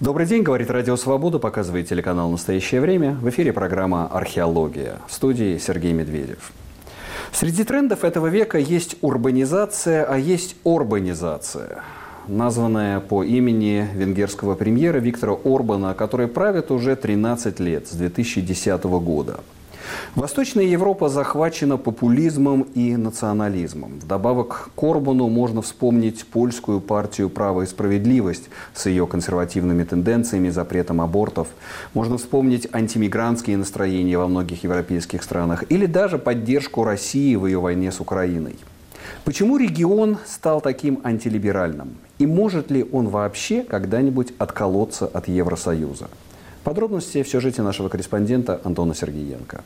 Добрый день, говорит Радио Свобода, показывает телеканал «Настоящее время». В эфире программа «Археология». В студии Сергей Медведев. Среди трендов этого века есть урбанизация, а есть орбанизация, названная по имени венгерского премьера Виктора Орбана, который правит уже 13 лет, с 2010 года. Восточная Европа захвачена популизмом и национализмом. Вдобавок к Орбану можно вспомнить польскую партию «Право и справедливость» с ее консервативными тенденциями, запретом абортов. Можно вспомнить антимигрантские настроения во многих европейских странах или даже поддержку России в ее войне с Украиной. Почему регион стал таким антилиберальным? И может ли он вообще когда-нибудь отколоться от Евросоюза? Подробности в сюжете нашего корреспондента Антона Сергеенко.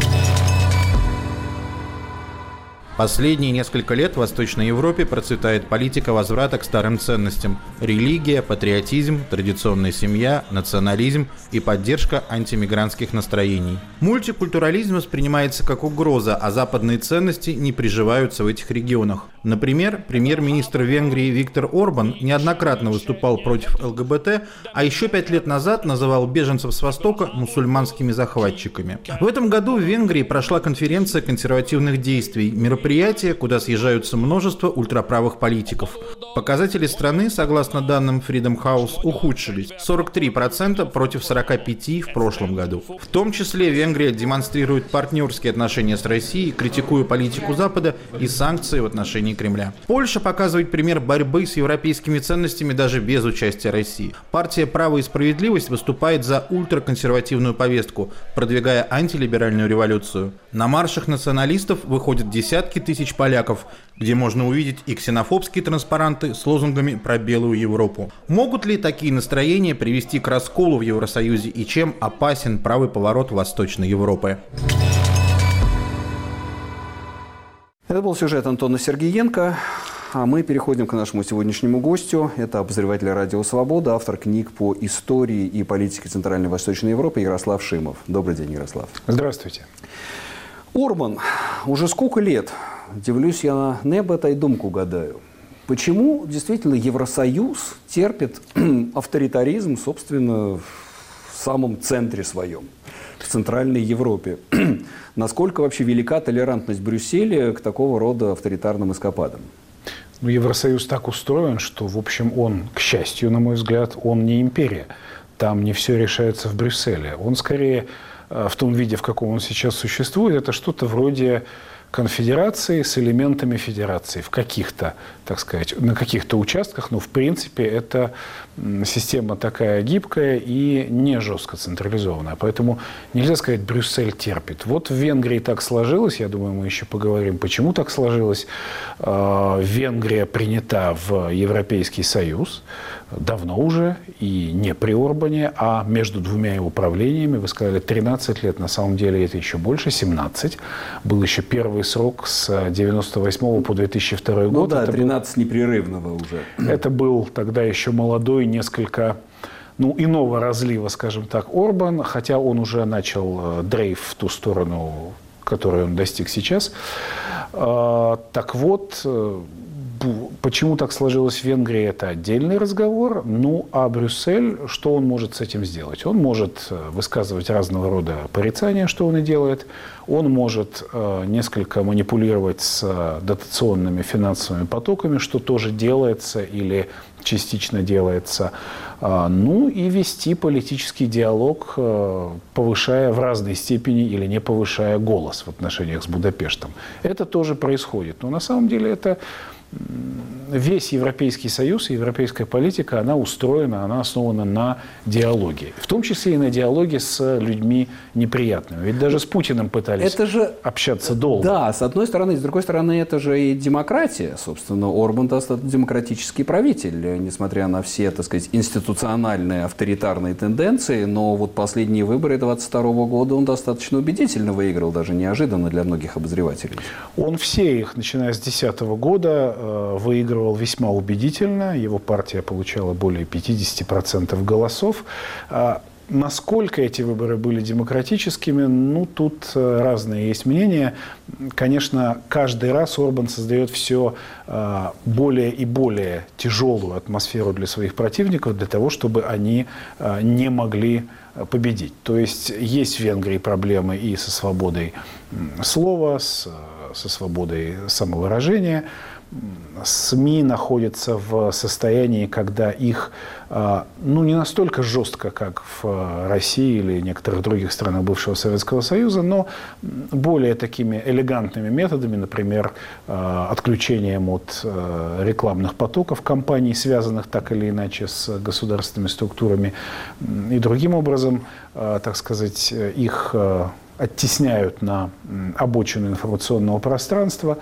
Последние несколько лет в Восточной Европе процветает политика возврата к старым ценностям. Религия, патриотизм, традиционная семья, национализм и поддержка антимигрантских настроений. Мультикультурализм воспринимается как угроза, а западные ценности не приживаются в этих регионах. Например, премьер-министр Венгрии Виктор Орбан неоднократно выступал против ЛГБТ, а еще 5 лет назад называл беженцев с Востока мусульманскими захватчиками. В этом году в Венгрии прошла конференция консервативных действий, мероприятие, куда съезжаются множество ультраправых политиков. Показатели страны, согласно данным Freedom House, ухудшились. 43% против 45% в прошлом году. В том числе Венгрия демонстрирует партнерские отношения с Россией, критикуя политику Запада и санкции в отношении Кремля. Польша показывает пример борьбы с европейскими ценностями даже без участия России. Партия «Право и справедливость» выступает за ультраконсервативную повестку, продвигая антилиберальную революцию. На маршах националистов выходят десятки тысяч поляков, где можно увидеть и ксенофобские транспаранты с лозунгами про белую Европу. Могут ли такие настроения привести к расколу в Евросоюзе и чем опасен правый поворот Восточной Европы? Это был сюжет Антона Сергеенко. А мы переходим к нашему сегодняшнему гостю. Это обозреватель Радио Свобода, автор книг по истории и политике Центральной и Восточной Европы Ярослав Шимов. Добрый день, Ярослав. Здравствуйте. Орбан, уже сколько лет, дивлюсь я на небо, та й думку гадаю. Почему действительно Евросоюз терпит авторитаризм, собственно, в самом центре своем, в Центральной Европе? Насколько вообще велика толерантность Брюсселя к такого рода авторитарным эскападам? Ну, Евросоюз так устроен, что, в общем, он, к счастью, на мой взгляд, он не империя. Там не все решается в Брюсселе. Он скорее в том виде, в каком он сейчас существует, это что-то вроде конфедерации с элементами федерации в каких-то, так сказать, на каких-то участках, но в принципе это система такая гибкая и не жестко централизованная. Поэтому нельзя сказать, Брюссель терпит. Вот в Венгрии так сложилось, я думаю, мы еще поговорим, почему так сложилось. Венгрия принята в Европейский Союз давно уже, и не при Орбане, а между двумя его правлениями, вы сказали, 13 лет, на самом деле это еще больше, 17. Был еще первый срок с 98 по 2002 год. Ну да, 13 непрерывного уже. Это был тогда еще молодой, несколько иного разлива, скажем так, Орбан, хотя он уже начал дрейф в ту сторону, которую он достиг сейчас. Так вот, почему так сложилось в Венгрии, это отдельный разговор. Ну, а Брюссель, что он может с этим сделать? Он может высказывать разного рода порицания, что он и делает. Он может несколько манипулировать с дотационными финансовыми потоками, что тоже делается или частично делается. Ну и вести политический диалог, повышая в разной степени или не повышая голос в отношениях с Будапештом. Это тоже происходит. Но на самом деле это весь Европейский Союз и европейская политика, она устроена, она основана на диалоге. В том числе и на диалоге с людьми неприятными. Ведь даже с Путиным пытались общаться долго. Да, с одной стороны. С другой стороны, это же и демократия. Собственно, Орбан достаточно демократический правитель, несмотря на все, так сказать, институциональные авторитарные тенденции. Но вот последние выборы 2022 года он достаточно убедительно выиграл, даже неожиданно для многих обозревателей. Он все их, начиная с 2010 года, выигрывал весьма убедительно. Его партия получала более 50% голосов. Насколько эти выборы были демократическими, ну, тут разные есть мнения. Конечно, каждый раз Орбан создает все более и более тяжелую атмосферу для своих противников, для того, чтобы они не могли победить. То есть в Венгрии проблемы и со свободой слова, со свободой самовыражения. СМИ находятся в состоянии, когда их не настолько жестко, как в России или некоторых других странах бывшего Советского Союза, но более такими элегантными методами, например, отключением от рекламных потоков компаний, связанных так или иначе с государственными структурами, и другим образом, так сказать, их оттесняют на обочину информационного пространства.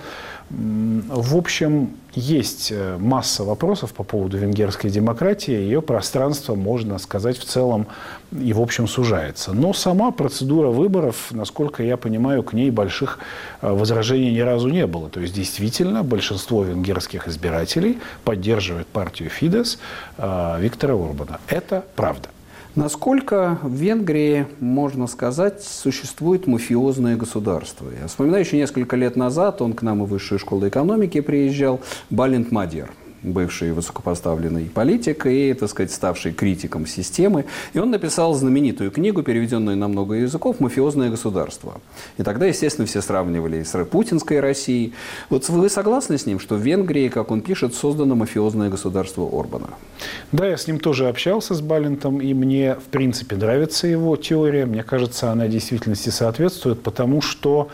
В общем, есть масса вопросов по поводу венгерской демократии. Ее пространство, можно сказать, в целом и в общем сужается. Но сама процедура выборов, насколько я понимаю, к ней больших возражений ни разу не было. То есть, действительно, большинство венгерских избирателей поддерживает партию Фидес Виктора Орбана. Это правда. Насколько в Венгрии, можно сказать, существует мафиозное государство? Я вспоминаю, еще несколько лет назад он к нам в Высшую школу экономики приезжал, Балинт Мадьяр, бывший высокопоставленный политик и, так сказать, ставший критиком системы. И он написал знаменитую книгу, переведенную на много языков, «Мафиозное государство». И тогда, естественно, все сравнивали с путинской Россией. Вот вы согласны с ним, что в Венгрии, как он пишет, создано мафиозное государство Орбана? Да, я с ним тоже общался, с Балинтом, и мне, в принципе, нравится его теория. Мне кажется, она действительности соответствует, потому что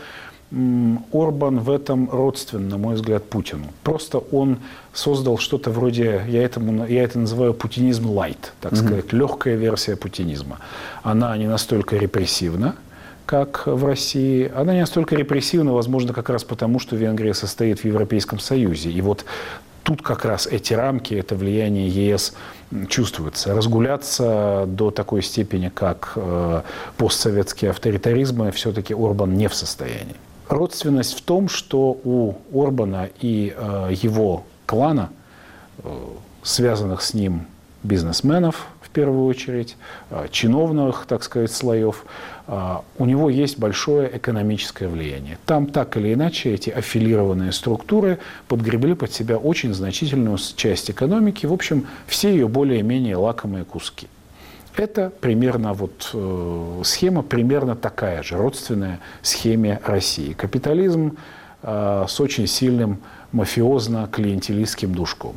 Орбан в этом родствен, на мой взгляд, Путину. Просто он создал что-то вроде, я это называю путинизм лайт, так сказать, легкая версия путинизма. Она не настолько репрессивна, как в России. Она не настолько репрессивна, возможно, как раз потому, что Венгрия состоит в Европейском Союзе. И вот тут как раз эти рамки, это влияние ЕС чувствуется. Разгуляться до такой степени, как постсоветские авторитаризмы, все-таки Орбан не в состоянии. Родственность в том, что у Орбана и его клана, связанных с ним бизнесменов, в первую очередь, чиновных, так сказать, слоев, у него есть большое экономическое влияние. Там так или иначе эти аффилированные структуры подгребли под себя очень значительную часть экономики, в общем, все ее более-менее лакомые куски. Это примерно схема примерно такая же, родственная схеме России. Капитализм с очень сильным мафиозно-клиентелистским душком.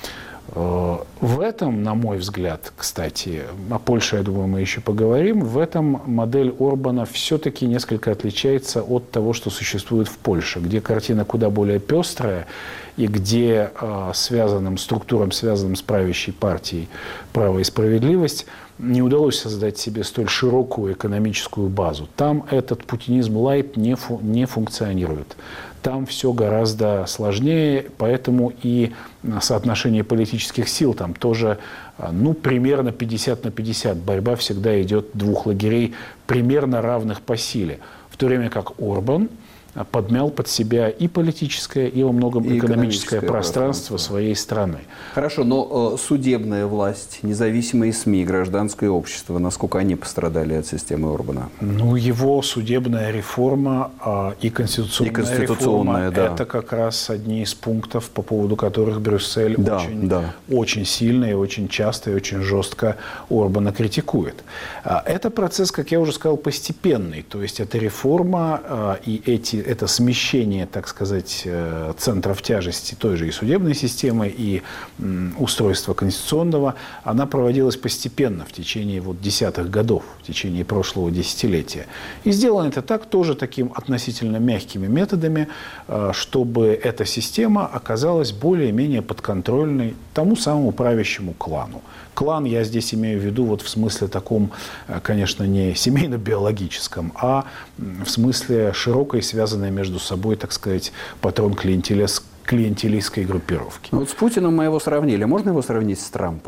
В этом, на мой взгляд, кстати, о Польше, я думаю, мы еще поговорим, в этом модель Орбана все-таки несколько отличается от того, что существует в Польше, где картина куда более пестрая и где структурам, связанным с правящей партией «Право и справедливость», не удалось создать себе столь широкую экономическую базу. Там этот путинизм лайт не функционирует. Там все гораздо сложнее, поэтому и соотношение политических сил там тоже примерно 50 на 50. Борьба всегда идет двух лагерей, примерно равных по силе. В то время как Орбан подмял под себя и политическое, и во многом экономическое пространство своей страны. Хорошо, но судебная власть, независимые СМИ, гражданское общество, насколько они пострадали от системы Орбана? Его судебная реформа и конституционная реформа, да. Это как раз одни из пунктов, по поводу которых Брюссель очень сильно и очень часто и очень жестко Орбана критикует. Это процесс, как я уже сказал, постепенный. То есть это реформа и это смещение, так сказать, центров тяжести той же и судебной системы, и устройства конституционного, она проводилась постепенно в течение десятых годов, в течение прошлого десятилетия. И сделано это тоже таким относительно мягкими методами, чтобы эта система оказалась более-менее подконтрольной тому самому правящему клану. Клан я здесь имею в виду в смысле таком, конечно, не семейно-биологическом, а в смысле широкой, связанной между собой, так сказать, патрон клиентелистской группировки. С Путиным мы его сравнили. Можно его сравнить с Трампом?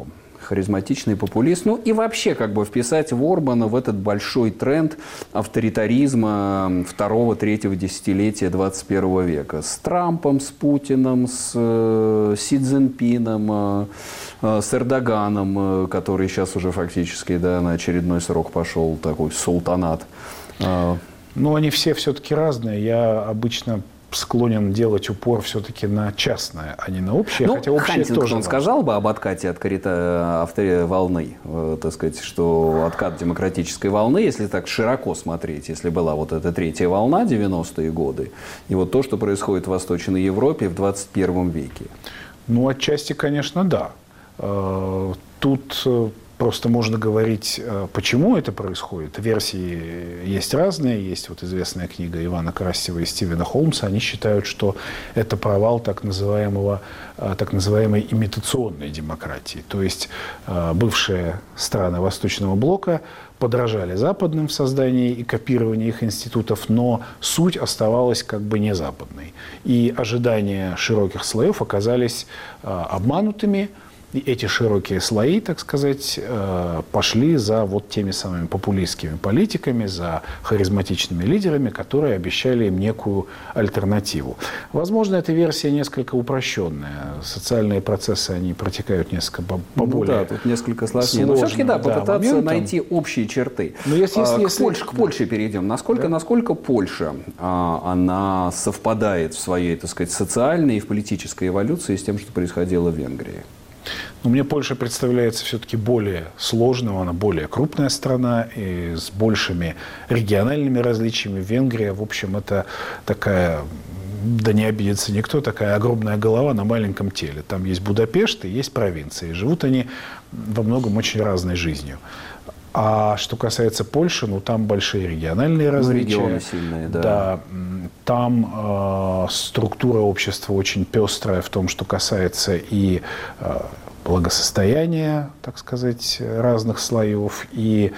харизматичный популист. Ну и вообще как бы вписать в Орбана в этот большой тренд авторитаризма второго-третьего десятилетия 21 века. С Трампом, с Путиным, с Си Цзиньпином, с Эрдоганом, который сейчас уже фактически на очередной срок пошел, такой султанат. Ну, они все-таки разные. Я обычно склонен делать упор все-таки на частное, а не на общее. Ну, хотя общее Хантингтон тоже важно. сказал бы об откате от волны, так сказать, что откат демократической волны, если так широко смотреть, если была вот эта третья волна 90-е годы, и вот то, что происходит в Восточной Европе в 21 веке. Ну, отчасти, конечно, да. Тут просто можно говорить, почему это происходит. Версии есть разные. Есть вот известная книга Ивана Красева и Стивена Холмса. Они считают, что это провал так называемой имитационной демократии. То есть бывшие страны Восточного блока подражали западным в создании и копировании их институтов, но суть оставалась как бы не западной. И ожидания широких слоев оказались обманутыми. И эти широкие слои, так сказать, пошли за вот теми самыми популистскими политиками, за харизматичными лидерами, которые обещали им некую альтернативу. Возможно, эта версия несколько упрощенная. Социальные процессы, они протекают несколько поболее. Ну да, тут несколько сложнее. Но все-таки, да, попытаться найти общие черты. Но к Польше перейдем. Насколько Польша, она совпадает в своей, так сказать, социальной и в политической эволюции с тем, что происходило в Венгрии? Но мне Польша представляется все-таки более сложным, она более крупная страна и с большими региональными различиями. Венгрия, в общем, это такая, да не обидится никто, такая огромная голова на маленьком теле. Там есть Будапешт и есть провинции. Живут они во многом очень разной жизнью. А что касается Польши, ну там большие региональные различия. Регионы сильные, да. Да, там структура общества очень пестрая в том, что касается и благосостояния, так сказать, разных слоев, и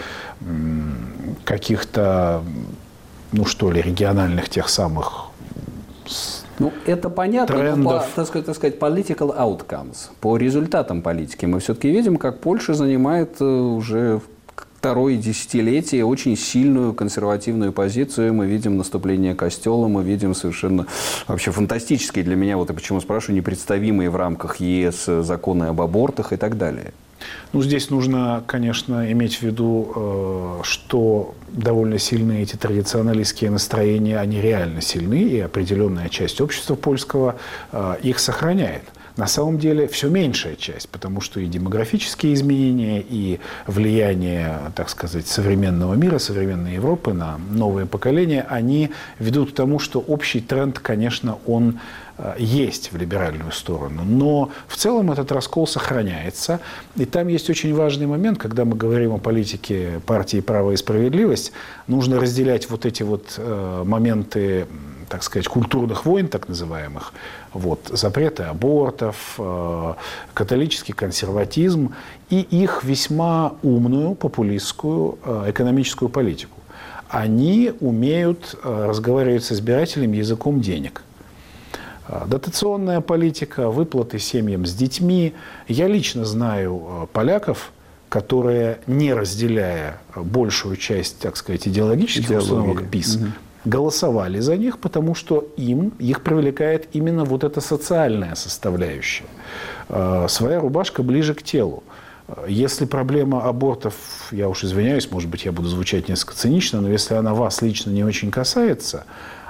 каких-то, ну что ли, региональных тех самых Ну, это понятно, трендов. но по, так сказать, political outcomes, по результатам политики мы все-таки видим, как Польша занимает уже второе десятилетие очень сильную консервативную позицию. Мы видим наступление костела, мы видим совершенно вообще фантастические для меня, вот и почему спрашиваю, непредставимые в рамках ЕС законы об абортах и так далее. Ну, здесь нужно, конечно, иметь в виду, что довольно сильные эти традиционалистские настроения, они реально сильны, и определенная часть общества польского их сохраняет. На самом деле все меньшая часть, потому что и демографические изменения, и влияние, так сказать, современного мира, современной Европы на новые поколения, они ведут к тому, что общий тренд, конечно, он есть в либеральную сторону. Но в целом этот раскол сохраняется. И там есть очень важный момент, когда мы говорим о политике партии «Право и справедливость», нужно разделять вот эти вот моменты, так сказать, культурных войн, так называемых, вот, запреты абортов, католический консерватизм и их весьма умную популистскую экономическую политику. Они умеют разговаривать с избирателем языком денег. Дотационная политика, выплаты семьям с детьми. Я лично знаю поляков, которые, не разделяя большую часть, так сказать, идеологических установок ПиС, голосовали за них, потому что их привлекает именно вот эта социальная составляющая. Своя рубашка ближе к телу. Если проблема абортов, я уж извиняюсь, может быть, я буду звучать несколько цинично, но если она вас лично не очень касается,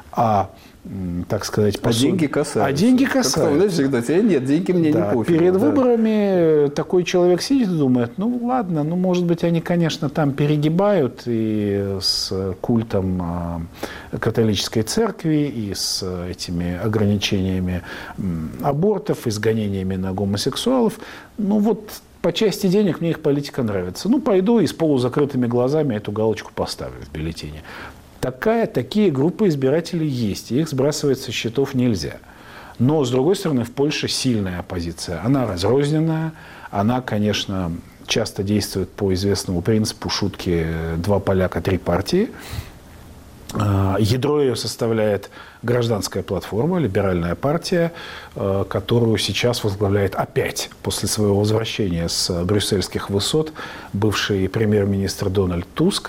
так сказать, деньги касаются. А деньги касаются. Всегда тебе нет, деньги мне не пофиг. Перед выборами такой человек сидит и думает, ну ладно, ну может быть они, конечно, там перегибают и с культом католической церкви, и с этими ограничениями абортов, и с гонениями на гомосексуалов. Ну вот по части денег мне их политика нравится. Ну пойду и с полузакрытыми глазами эту галочку поставлю в бюллетене. Такие группы избирателей есть, и их сбрасывать со счетов нельзя. Но, с другой стороны, в Польше сильная оппозиция. Она разрозненная, она, конечно, часто действует по известному принципу шутки «два поляка, три партии». Ядро ее составляет гражданская платформа, либеральная партия, которую сейчас возглавляет опять после своего возвращения с брюссельских высот бывший премьер-министр Дональд Туск.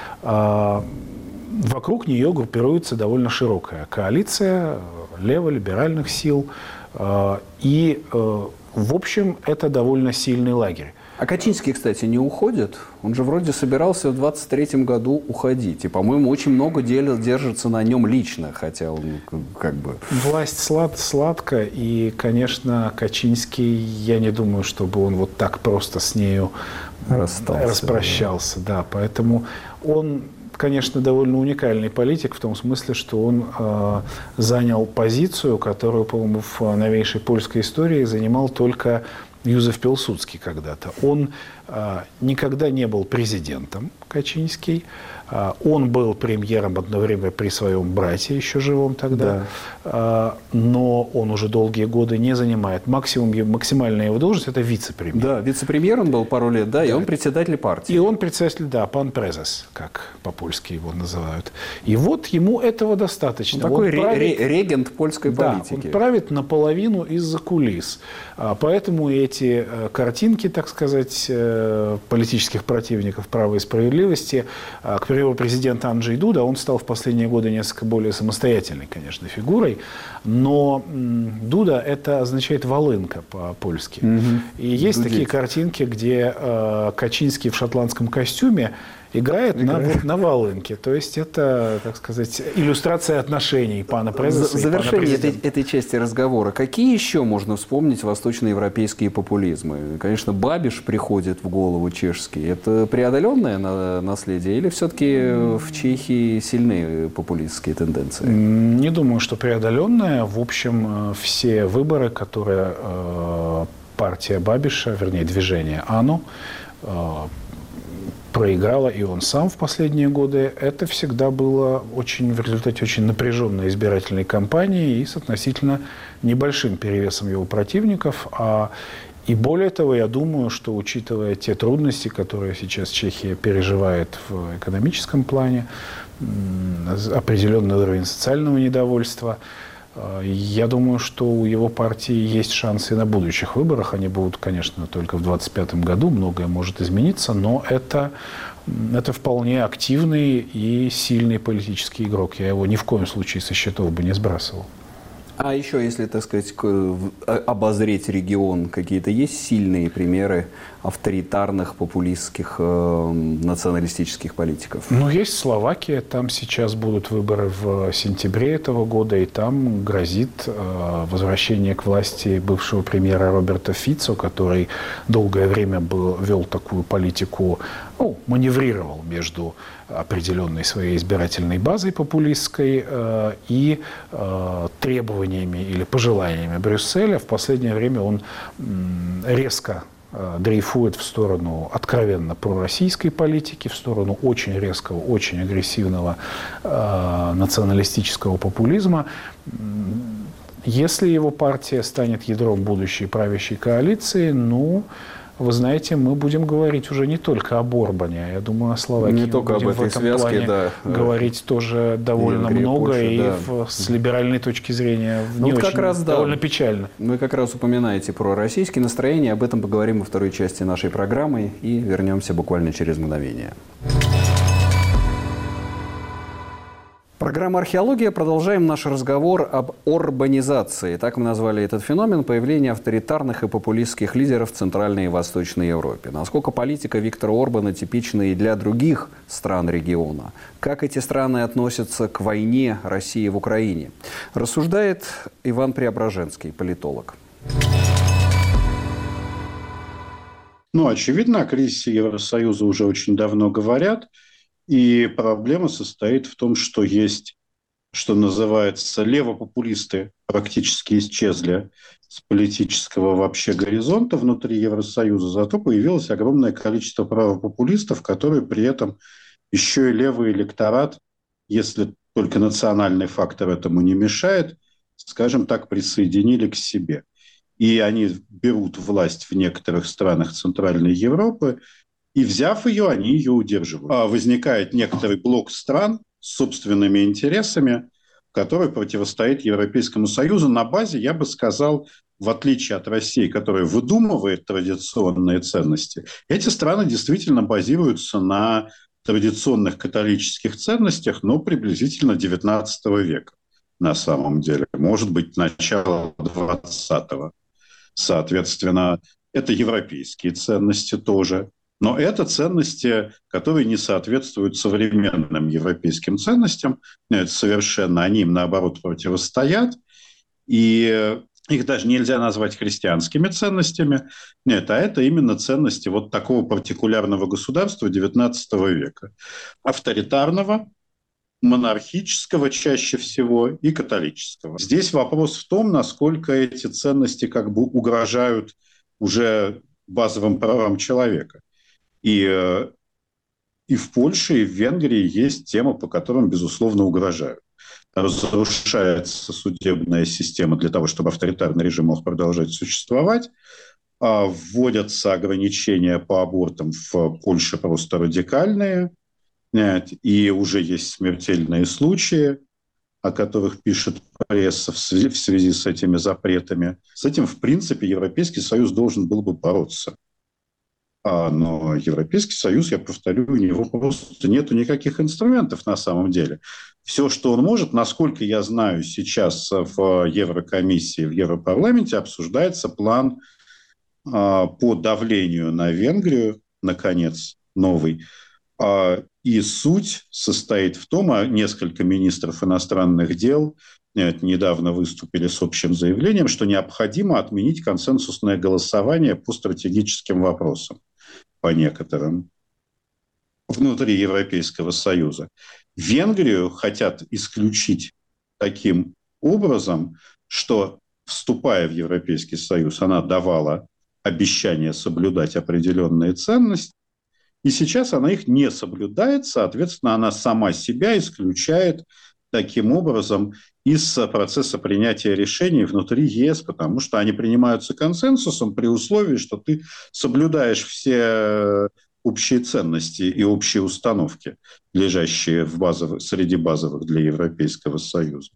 Вокруг нее группируется довольно широкая коалиция лево-либеральных сил. И, в общем, это довольно сильный лагерь. А Качинский, кстати, не уходит? Он же вроде собирался в 23-м году уходить. И, по-моему, очень много дел держится на нем лично, хотя он как бы... Власть сладко, и, конечно, Качинский, я не думаю, чтобы он вот так просто с нею распрощался. Да, поэтому он, конечно, довольно уникальный политик в том смысле, что он занял позицию, которую, по-моему, в новейшей польской истории занимал только Юзеф Пилсудский когда-то. Он никогда не был президентом, Качинский. Он был премьером одно время при своем брате, еще живом тогда. Да. Но он уже долгие годы не занимает. Максимальная его должность – это вице-премьер. Да, вице-премьер он был пару лет, да, и он председатель партии. И он председатель, да, пан Презес, как по-польски его называют. И вот ему этого достаточно. Он такой регент польской политики. Он правит наполовину из-за кулис. Поэтому эти картинки, так сказать, политических противников права и справедливости, к примеру, президент Анджей Дуда, он стал в последние годы несколько более самостоятельной, конечно, фигурой, но Дуда – это означает волынка по-польски. И есть такие картинки, где Качинский в шотландском костюме играет на волынке. То есть это, так сказать, иллюстрация отношений пана Презеса и пана президента. В завершении этой части разговора, какие еще можно вспомнить восточноевропейские популизмы? Конечно, Бабиш приходит в голову, чешский. Это преодоленное наследие или все-таки в Чехии сильные популистские тенденции? Не думаю, что преодоленное. В общем, все выборы, которые партия Бабиша, вернее, движение АНО, проиграла, и он сам в последние годы, это всегда было в результате очень напряженной избирательной кампании и с относительно небольшим перевесом его противников. И более того, я думаю, что, учитывая те трудности, которые сейчас Чехия переживает в экономическом плане, определенный уровень социального недовольства, я думаю, что у его партии есть шансы на будущих выборах. Они будут, конечно, только в 2025 году. Многое может измениться, но это вполне активный и сильный политический игрок. Я его ни в коем случае со счетов бы не сбрасывал. А еще, если, так сказать, обозреть регион, какие-то есть сильные примеры авторитарных, популистских, националистических политиков? Ну, есть Словакия. Там сейчас будут выборы в сентябре этого года, и там грозит возвращение к власти бывшего премьера Роберта Фицо, который долгое время вел такую политику, маневрировал между определенной своей избирательной базой популистской и требованиями или пожеланиями Брюсселя. В последнее время он резко дрейфует в сторону откровенно пророссийской политики, в сторону очень резкого, очень агрессивного националистического популизма. Если его партия станет ядром будущей правящей коалиции, вы знаете, мы будем говорить уже не только об Орбане, я думаю, о Словакии. Не только об этой связке, говорить тоже довольно много, Польша, и с либеральной точки зрения довольно печально. Вы как раз упоминаете про российские настроения, об этом поговорим во второй части нашей программы и вернемся буквально через мгновение. Программа «Археология». Продолжаем наш разговор об орбанизации. Так мы назвали этот феномен появления авторитарных и популистских лидеров в Центральной и Восточной Европе. Насколько политика Виктора Орбана типична и для других стран региона? Как эти страны относятся к войне России в Украине? Рассуждает Иван Преображенский, политолог. Очевидно, о кризисе Евросоюза уже очень давно говорят. И проблема состоит в том, что есть, что называется, левопопулисты практически исчезли с политического вообще горизонта внутри Евросоюза, зато появилось огромное количество правопопулистов, которые при этом еще и левый электорат, если только национальный фактор этому не мешает, скажем так, присоединили к себе. И они берут власть в некоторых странах Центральной Европы, и, взяв ее, они ее удерживают. Возникает некоторый блок стран, с собственными интересами, который противостоит Европейскому Союзу на базе, я бы сказал, в отличие от России, которая выдумывает традиционные ценности, эти страны действительно базируются на традиционных католических ценностях, но приблизительно XIX века на самом деле. Может быть, начало XX. Соответственно, это европейские ценности тоже. Но это ценности, которые не соответствуют современным европейским ценностям. Это совершенно они им, наоборот, противостоят. И их даже нельзя назвать христианскими ценностями. Нет, а это именно ценности вот такого партикулярного государства XIX века. Авторитарного, монархического чаще всего и католического. Здесь вопрос в том, насколько эти ценности как бы угрожают уже базовым правам человека. И в Польше, и в Венгрии есть темы, по которым, безусловно, угрожают. Разрушается судебная система для того, чтобы авторитарный режим мог продолжать существовать. Вводятся ограничения по абортам в Польше просто радикальные. И уже есть смертельные случаи, о которых пишет пресса в связи с этими запретами. С этим, в принципе, Европейский Союз должен был бы бороться. Но Европейский Союз, я повторю, у него просто нету никаких инструментов на самом деле. Все, что он может, насколько я знаю, сейчас в Еврокомиссии, в Европарламенте обсуждается план по давлению на Венгрию, наконец, новый. И суть состоит в том, несколько министров иностранных дел недавно выступили с общим заявлением, что необходимо отменить консенсусное голосование по стратегическим вопросам, по некоторым, внутри Европейского Союза. Венгрию хотят исключить таким образом, что, вступая в Европейский Союз, она давала обещание соблюдать определенные ценности, и сейчас она их не соблюдает, соответственно, она сама себя исключает таким образом из процесса принятия решений внутри ЕС, потому что они принимаются консенсусом при условии, что ты соблюдаешь все общие ценности и общие установки, лежащие среди базовых для Европейского Союза.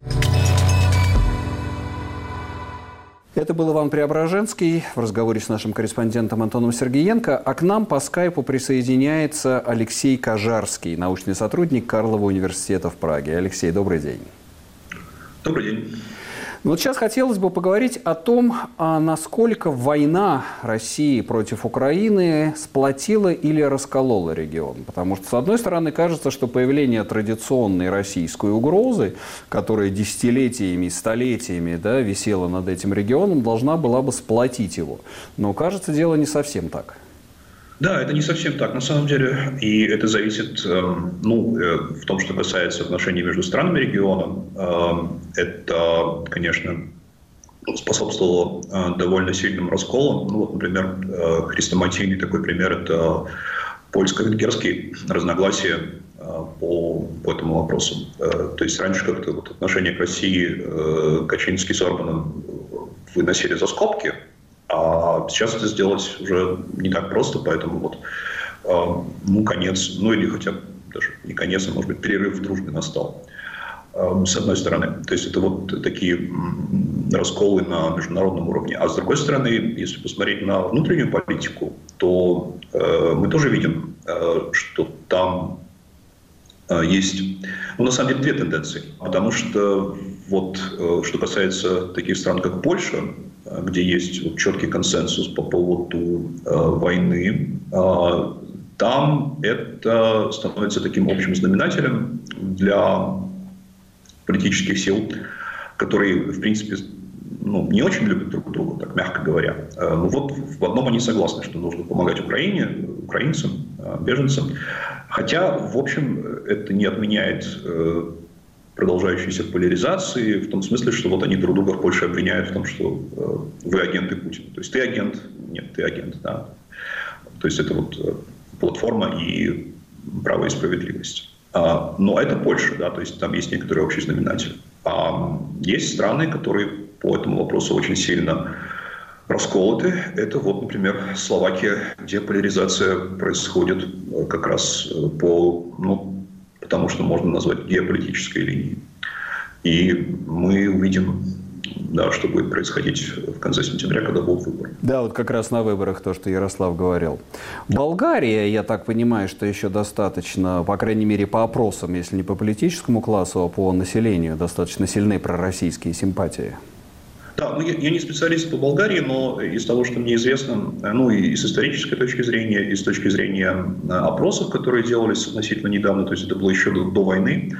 Это был Иван Преображенский в разговоре с нашим корреспондентом Антоном Сергеенко. А к нам по скайпу присоединяется Алексей Кожарский, научный сотрудник Карлова университета в Праге. Алексей, добрый день. Добрый день. Вот сейчас хотелось бы поговорить о том, насколько война России против Украины сплотила или расколола регион. Потому что, с одной стороны, кажется, что появление традиционной российской угрозы, которая десятилетиями, столетиями висела над этим регионом, должна была бы сплотить его. Но, кажется, дело не совсем так. Да, это не совсем так, на самом деле, и это зависит, в том, что касается отношений между странами региона, это, конечно, способствовало довольно сильным расколам. Например, хрестоматийный такой пример – это польско-венгерские разногласия по этому вопросу. То есть раньше как-то отношения к России Качинский с Орбаном выносили за скобки, а сейчас это сделать уже не так просто, поэтому конец, или хотя бы даже не конец, а может быть перерыв в дружбе настал, с одной стороны. То есть это такие расколы на международном уровне. А с другой стороны, если посмотреть на внутреннюю политику, то мы тоже видим, что там есть, на самом деле, две тенденции. Потому что что касается таких стран, как Польша, где есть четкий консенсус по поводу войны, там это становится таким общим знаменателем для политических сил, которые, в принципе, не очень любят друг друга, так мягко говоря. В одном они согласны, что нужно помогать Украине, украинцам, беженцам. Хотя, в общем, это не отменяет продолжающейся поляризации, в том смысле, что они друг друга в Польше обвиняют в том, что вы агенты Путина. То есть ты агент, нет, ты агент, да. То есть это платформа и право и справедливость. Но это Польша, да, то есть там есть некоторые общие знаменатели. А есть страны, которые по этому вопросу очень сильно расколоты. Это например, Словакия, где поляризация происходит как раз по тому, что можно назвать геополитической линией. И мы увидим, да, что будет происходить в конце сентября, когда будут выборы. Да, вот как раз на выборах то, что Ярослав говорил. Болгария, я так понимаю, что еще достаточно, по крайней мере, по опросам, если не по политическому классу, а по населению, достаточно сильны пророссийские симпатии. Да, ну, я не специалист по Болгарии, но из того, что мне известно, ну и с исторической точки зрения, и с точки зрения опросов, которые делались относительно недавно, то есть это было еще до войны,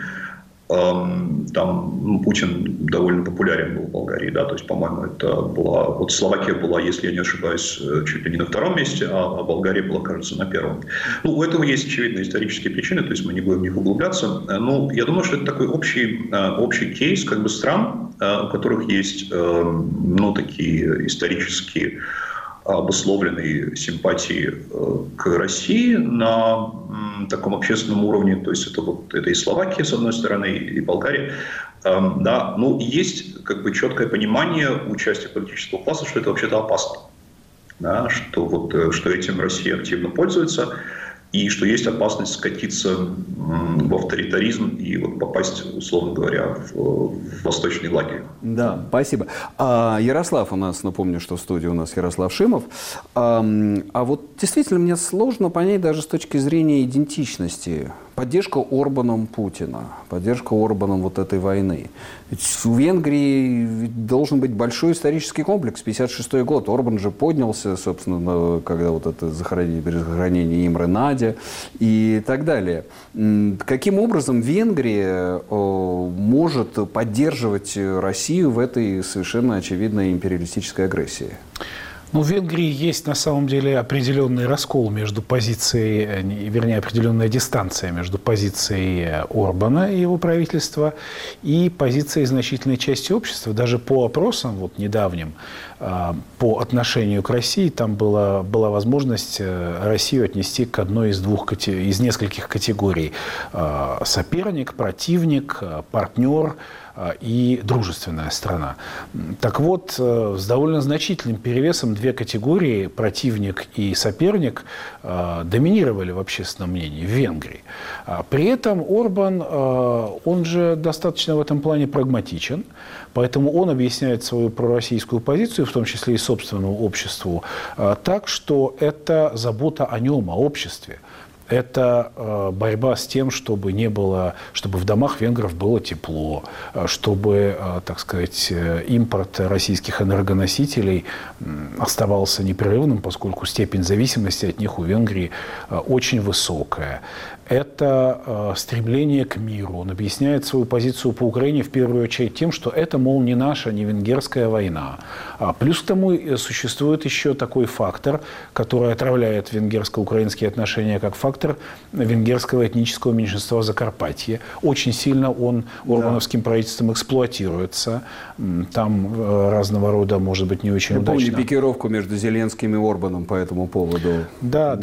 там Путин довольно популярен был в Болгарии, да, то есть, по-моему, это была, вот Словакия была, если я не ошибаюсь, чуть ли не на втором месте, а Болгария была, кажется, на первом. Ну, у этого есть, очевидно, исторические причины, то есть мы не будем в них углубляться. Ну, я думаю, что это такой общий кейс, как бы, стран, у которых есть, ну, такие исторические обусловленные симпатии к России на таком общественном уровне, то есть это и Словакия, с одной стороны, и Болгария. Да, ну, есть как бы четкое понимание у части политического класса, что это вообще-то опасно, да, что этим Россия активно пользуется, и что есть опасность скатиться в авторитаризм и вот попасть, условно говоря, в восточный лагерь. Да, спасибо. Ярослав у нас, напомню, что в студии у нас Ярослав Шимов. А вот действительно мне сложно понять даже с точки зрения идентичности. Поддержка Орбаном Путина, поддержка Орбаном вот этой войны. Ведь у Венгрии должен быть большой исторический комплекс. 1956 год. Орбан же поднялся, собственно, когда вот это захоронение Имре Наде и так далее. Каким образом Венгрия может поддерживать Россию в этой совершенно очевидной империалистической агрессии? Ну, в Венгрии есть на самом деле определенный раскол между позицией, вернее, определенная дистанция между позицией Орбана и его правительства и позицией значительной части общества. Даже по опросам вот недавним по отношению к России там была возможность Россию отнести к одной из нескольких категорий: соперник, противник, партнер и дружественная страна. Так вот, с довольно значительным перевесом две категории, противник и соперник, доминировали в общественном мнении в Венгрии. При этом Орбан, он же достаточно в этом плане прагматичен, поэтому он объясняет свою пророссийскую позицию, в том числе и собственному обществу, так, что это забота о нем, о обществе. Это борьба с тем, чтобы в домах венгров было тепло, чтобы, так сказать, импорт российских энергоносителей оставался непрерывным, поскольку степень зависимости от них у Венгрии очень высокая. Это стремление к миру. Он объясняет свою позицию по Украине в первую очередь тем, что это, мол, не наша, не венгерская война. Плюс к тому существует еще такой фактор, который отравляет венгерско-украинские отношения, как фактор венгерского этнического меньшинства в Закарпатье. Очень сильно он орбановским правительством эксплуатируется. Там разного рода, может быть, не очень удачно. Я помню пикировку между Зеленским и Орбаном по этому поводу. Да.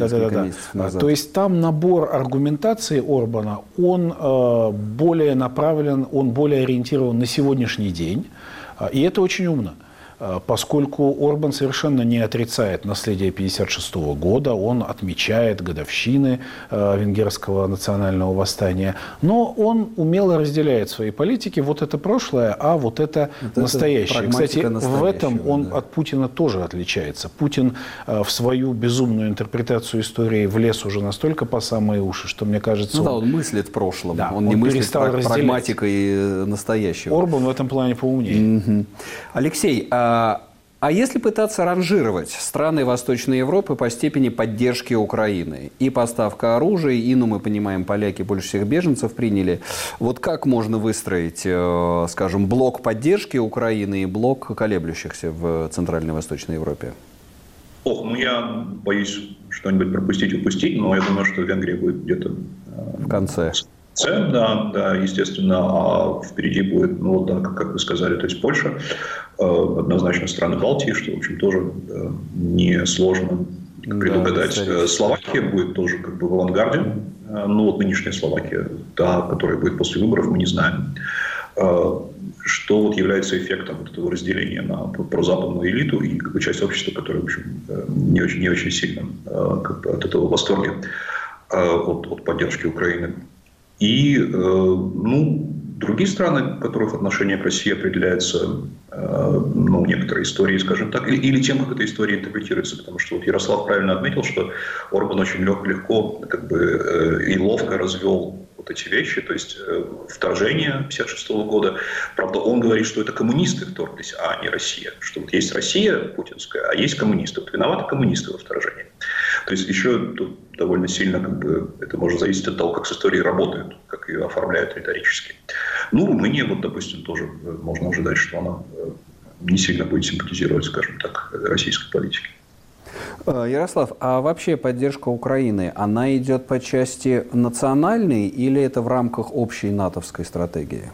То есть там набор аргументаций Орбана, он более направлен, он более ориентирован на сегодняшний день. И это очень умно, поскольку Орбан совершенно не отрицает наследие 1956 года, он отмечает годовщины венгерского национального восстания, но он умело разделяет свои политики, вот это прошлое, а вот это настоящее. Кстати, в этом он от Путина тоже отличается. Путин в свою безумную интерпретацию истории влез уже настолько по самые уши, что, мне кажется... он мыслит в прошлом, да, он не мыслит прагматикой настоящего. Орбан в этом плане поумнее. Угу. Алексей, а если пытаться ранжировать страны Восточной Европы по степени поддержки Украины? И поставка оружия, и, мы понимаем, поляки больше всех беженцев приняли. Вот как можно выстроить, скажем, блок поддержки Украины и блок колеблющихся в Центральной и Восточной Европе? Я боюсь что-нибудь упустить, но я думаю, что Венгрия будет где-то в конце. Да, естественно, а впереди будет, как вы сказали, то есть Польша, однозначно страны Балтии, что, в общем, тоже несложно предугадать. Словакия будет тоже как бы в авангарде, нынешняя Словакия, которая будет после выборов, мы не знаем. Что является эффектом этого разделения на прозападную элиту и как бы часть общества, которая, в общем, не очень сильно от этого в восторге от поддержки Украины. И, другие страны, у которых отношение к России определяется, некоторой историей, скажем так, или тем, как эта история интерпретируется. Потому что вот Ярослав правильно отметил, что Орбан очень легко и ловко развел вот эти вещи, то есть вторжение 1956 года. Правда, он говорит, что это коммунисты вторглись, а не Россия. Что вот есть Россия путинская, а есть коммунисты. Вот виноваты коммунисты во вторжении. То есть еще тут довольно сильно это может зависеть от того, как с историей работают, как ее оформляют риторически. Румыния, допустим, тоже можно ожидать, что она не сильно будет симпатизировать, скажем так, российской политике. Ярослав, а вообще поддержка Украины, она идет по части национальной или это в рамках общей натовской стратегии?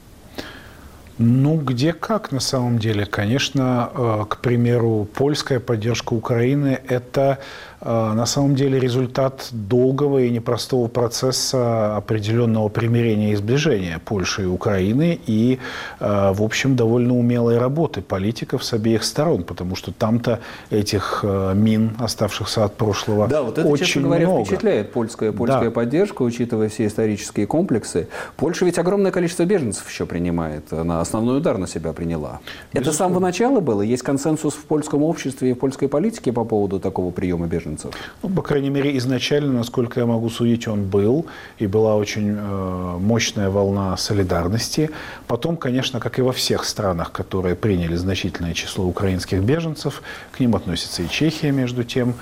Где как на самом деле. Конечно, к примеру, польская поддержка Украины – это на самом деле результат долгого и непростого процесса определенного примирения и сближения Польши и Украины и, в общем, довольно умелой работы политиков с обеих сторон, потому что там-то этих мин, оставшихся от прошлого, да, вот это, очень честно говоря, много. впечатляет польская поддержка, учитывая все исторические комплексы. Польша ведь огромное количество беженцев еще принимает, она основной удар на себя приняла. Безусловно. Это с самого начала было? Есть консенсус в польском обществе и в польской политике по поводу такого приема беженцев? По крайней мере, изначально, насколько я могу судить, он был. И была очень мощная волна солидарности. Потом, конечно, как и во всех странах, которые приняли значительное число украинских беженцев, к ним относится и Чехия, между тем,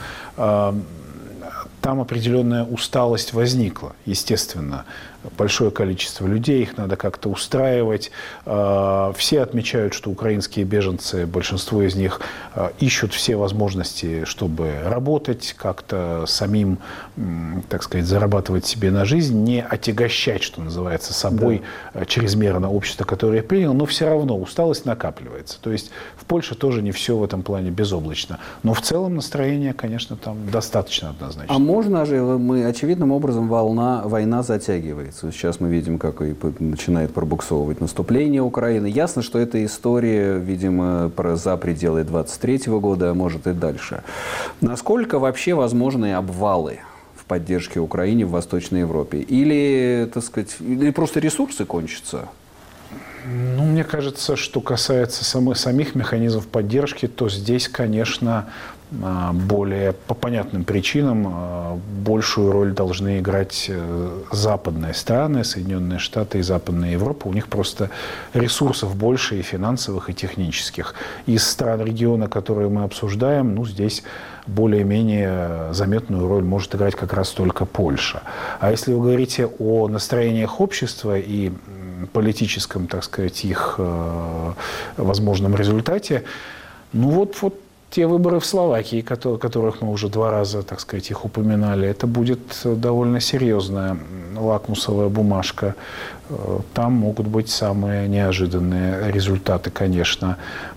там определенная усталость возникла, естественно. Большое количество людей, их надо как-то устраивать. Все отмечают, что украинские беженцы, большинство из них ищут все возможности, чтобы работать, как-то самим, так сказать, зарабатывать себе на жизнь, не отягощать, что называется, собой чрезмерно общество, которое приняло, но все равно усталость накапливается. То есть в Польше тоже не все в этом плане безоблачно. Но в целом настроение, конечно, там достаточно однозначно. А можно же, очевидным образом, война затягивается. Сейчас мы видим, как начинает пробуксовывать наступление Украины. Ясно, что эта история, видимо, за пределы 23 года, а может и дальше. Насколько вообще возможны обвалы в поддержке Украины в Восточной Европе? Или, так сказать, или просто ресурсы кончатся? Мне кажется, что касается самих механизмов поддержки, то здесь, конечно, более по понятным причинам большую роль должны играть западные страны, Соединенные Штаты и Западная Европа. У них просто ресурсов больше и финансовых, и технических. Из стран региона, которые мы обсуждаем, здесь более-менее заметную роль может играть как раз только Польша. А если вы говорите о настроениях общества и политическом, так сказать, их возможном результате, те выборы в Словакии, которых мы уже 2 раза, так сказать, их упоминали, это будет довольно серьезная лакмусовая бумажка. Там могут быть самые неожиданные результаты, конечно.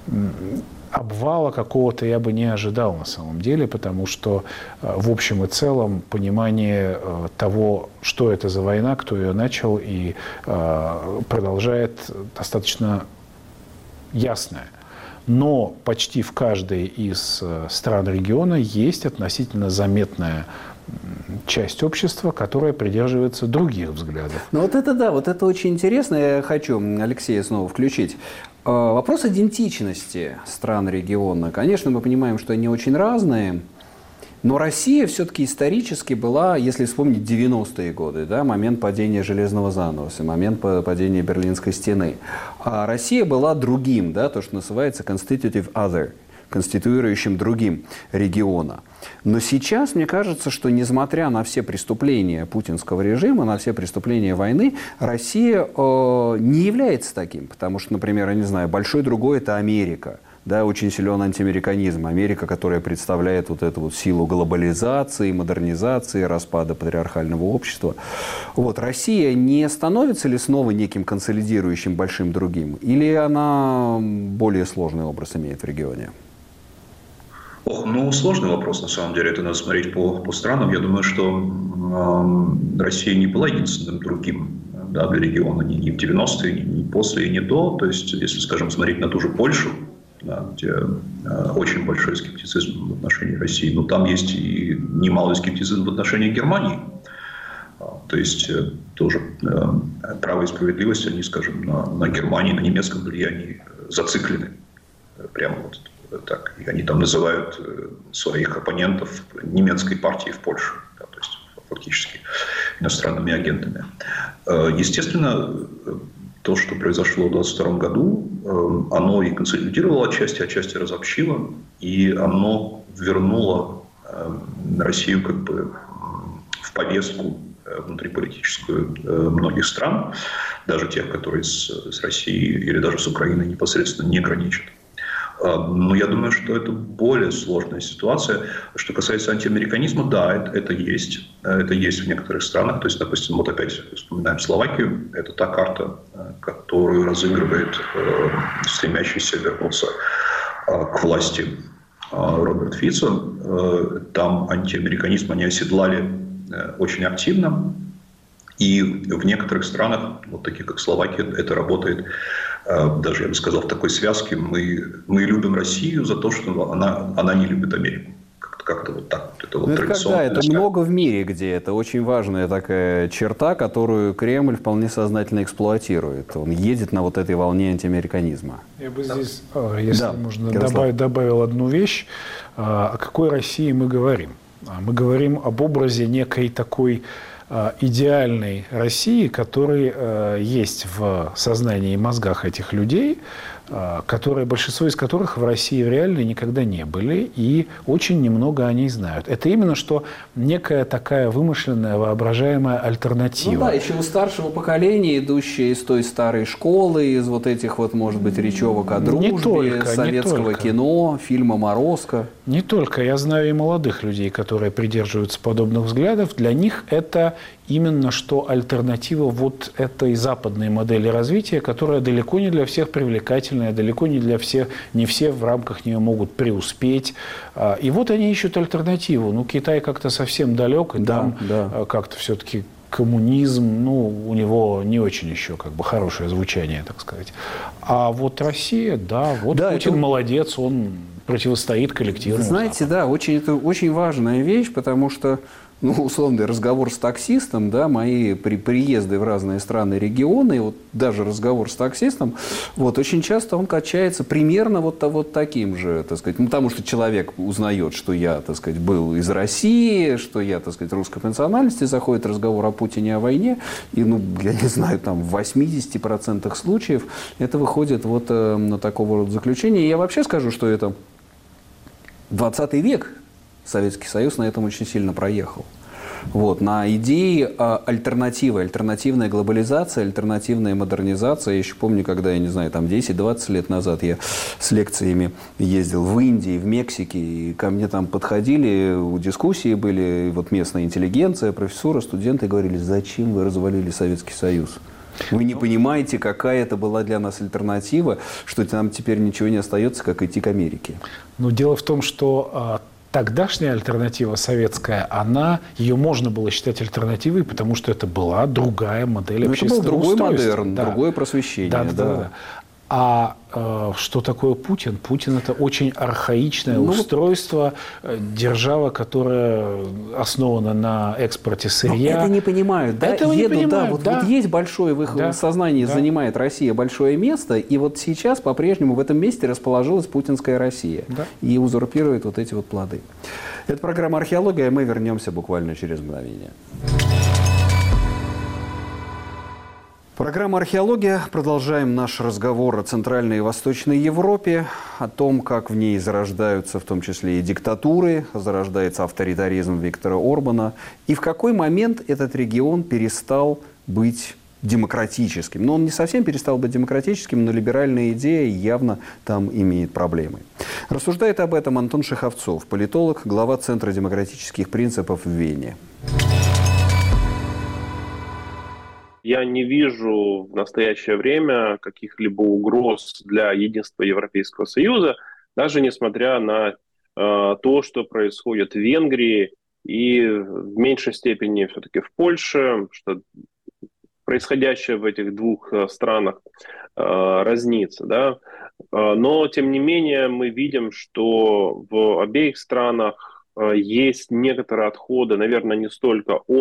Обвала какого-то я бы не ожидал на самом деле, потому что в общем и целом понимание того, что это за война, кто ее начал и продолжает, достаточно ясное. Но почти в каждой из стран региона есть относительно заметная часть общества, которая придерживается других взглядов. Это очень интересно. Я хочу Алексея снова включить. Вопрос идентичности стран региона. Конечно, мы понимаем, что они очень разные. Но Россия все-таки исторически была, если вспомнить 90-е годы, момент падения железного занавеса, момент падения Берлинской стены. А Россия была другим, то, что называется constitutive other, конституирующим другим региона. Но сейчас, мне кажется, что несмотря на все преступления путинского режима, на все преступления войны, Россия не является таким. Потому что, например, я не знаю, большой другой – это Америка. Очень силен антиамериканизм. Америка, которая представляет эту силу глобализации, модернизации, распада патриархального общества. Россия не становится ли снова неким консолидирующим большим другим? Или она более сложный образ имеет в регионе? Сложный вопрос, на самом деле. Это надо смотреть по странам. Я думаю, что Россия не была единственным другим для региона ни в 90-е, ни после, и ни до. То есть, если, скажем, смотреть на ту же Польшу, где очень большой скептицизм в отношении России. Но там есть и немалый скептицизм в отношении Германии. То есть тоже право и справедливость, они, скажем, на Германии, на немецком влиянии зациклены. Прямо вот так. И они там называют своих оппонентов немецкой партией в Польше. Да, то есть фактически иностранными агентами. Естественно, то, что произошло в 2022 году, оно и консолидировало отчасти разобщило, и оно вернуло Россию как бы в повестку внутриполитическую многих стран, даже тех, которые с Россией или даже с Украиной непосредственно не граничат. Но я думаю, что это более сложная ситуация. Что касается антиамериканизма, да, это есть. Это есть в некоторых странах. То есть, допустим, вот опять вспоминаем Словакию. Это та карта, которую разыгрывает стремящийся вернуться к власти Роберт Фицо. Там антиамериканизм они оседлали очень активно. И в некоторых странах, вот таких как Словакия, это работает, даже, я бы сказал, в такой связке. Мы любим Россию за то, что она не любит Америку. Как-то вот так. Это вот традиционно. Это много в мире, где это очень важная такая черта, которую Кремль вполне сознательно эксплуатирует. Он едет на вот этой волне антиамериканизма. Я бы здесь, если можно, добавил одну вещь. О какой России мы говорим? Мы говорим об образе некой такой идеальной России, который есть в сознании и мозгах этих людей, большинство из которых в России в реальной никогда не были, и очень немного о ней знают. Это именно что некая такая вымышленная, воображаемая альтернатива. Ну да, еще у старшего поколения, идущая из той старой школы, из вот этих вот, может быть, речевок о дружбе, советского кино, фильма «Морозко». Не только. Я знаю и молодых людей, которые придерживаются подобных взглядов. Для них это именно что альтернатива вот этой западной модели развития, которая далеко не для всех привлекательная, далеко не для всех, не все в рамках нее могут преуспеть. И вот они ищут альтернативу. Ну, Китай как-то совсем далек, и там как-то все-таки коммунизм, у него не очень еще как бы хорошее звучание, так сказать. А вот Россия, Путин молодец, он противостоит коллективному. Знаете, это очень важная вещь, потому что, условный разговор с таксистом, мои приезды в разные страны, регионы, вот даже разговор с таксистом, очень часто он качается примерно вот таким же, так сказать, потому что человек узнает, что я, так сказать, был из России, что я, так сказать, русской национальности, заходит разговор о Путине, о войне, и, я не знаю, там в 80% случаев это выходит на такого рода заключения. И я вообще скажу, что это 20 век, Советский Союз на этом очень сильно проехал. На идеи альтернативы, альтернативная глобализация, альтернативная модернизация. Я еще помню, когда, я не знаю, там 10-20 лет назад я с лекциями ездил в Индии, в Мексике, и ко мне там подходили, дискуссии были, местная интеллигенция, профессоры, студенты говорили: зачем вы развалили Советский Союз? Вы не понимаете, какая это была для нас альтернатива, что нам теперь ничего не остается, как идти к Америке. Дело в том, что тогдашняя альтернатива советская, ее можно было считать альтернативой, потому что это была другая модель общественного устройства. Это был другой модерн, другое просвещение. Да. А что такое Путин? Путин – это очень архаичное устройство, держава, которая основана на экспорте сырья. Это не понимают, да? Этого не понимают, Вот есть большое, в их сознании занимает Россия большое место, и вот сейчас по-прежнему в этом месте расположилась путинская Россия. Да. И узурпирует эти плоды. Это программа «Археология», мы вернемся буквально через мгновение. Программа «Археология». Продолжаем наш разговор о Центральной и Восточной Европе, о том, как в ней зарождаются в том числе и диктатуры, зарождается авторитаризм Виктора Орбана, и в какой момент этот регион перестал быть демократическим. Он не совсем перестал быть демократическим, но либеральная идея явно там имеет проблемы. Рассуждает об этом Антон Шеховцов, политолог, глава Центра демократических принципов в Вене. Я не вижу в настоящее время каких-либо угроз для единства Европейского Союза, даже несмотря на то, что происходит в Венгрии и в меньшей степени все-таки в Польше, что происходящее в этих двух странах разнится. Да? Но, тем не менее, мы видим, что в обеих странах есть некоторые отходы, наверное, не столько от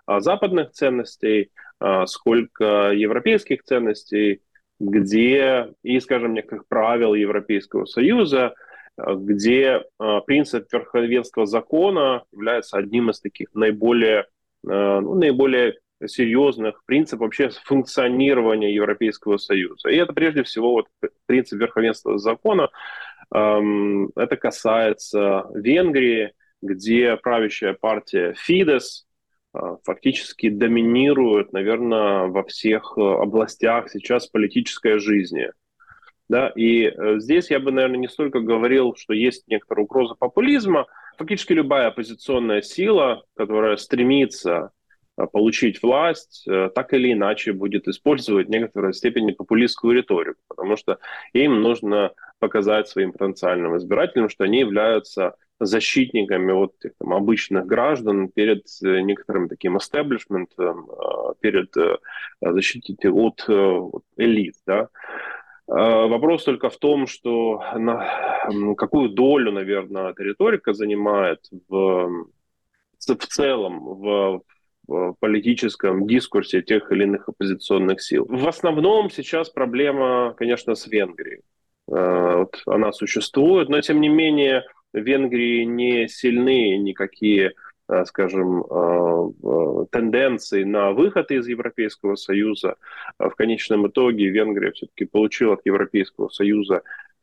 западных ценностей, сколько европейских ценностей, где, и, скажем, некоторых правил Европейского Союза, где принцип верховенства закона является одним из таких наиболее серьезных принципов вообще функционирования Европейского Союза. И это прежде всего вот принцип верховенства закона. Это касается Венгрии, где правящая партия Фидес фактически доминирует, наверное, во всех областях сейчас политической жизни. Да? И здесь я бы, наверное, не столько говорил, что есть некоторая угроза популизма. Фактически любая оппозиционная сила, которая стремится получить власть, так или иначе будет использовать в некоторой степени популистскую риторику, потому что им нужно показать своим потенциальным избирателям, что они являются защитниками от обычных граждан перед некоторым таким эстеблишментом, перед защитниками от элит. Да? Вопрос только в том, что какую долю, наверное, эта риторика занимает в целом в политическом дискурсе тех или иных оппозиционных сил. В основном сейчас проблема, конечно, с Венгрией. Вот она существует, но тем не менее в Венгрии не сильны никакие, скажем, тенденции на выход из Европейского Союза. В конечном итоге Венгрия все-таки получила от Европейского Союза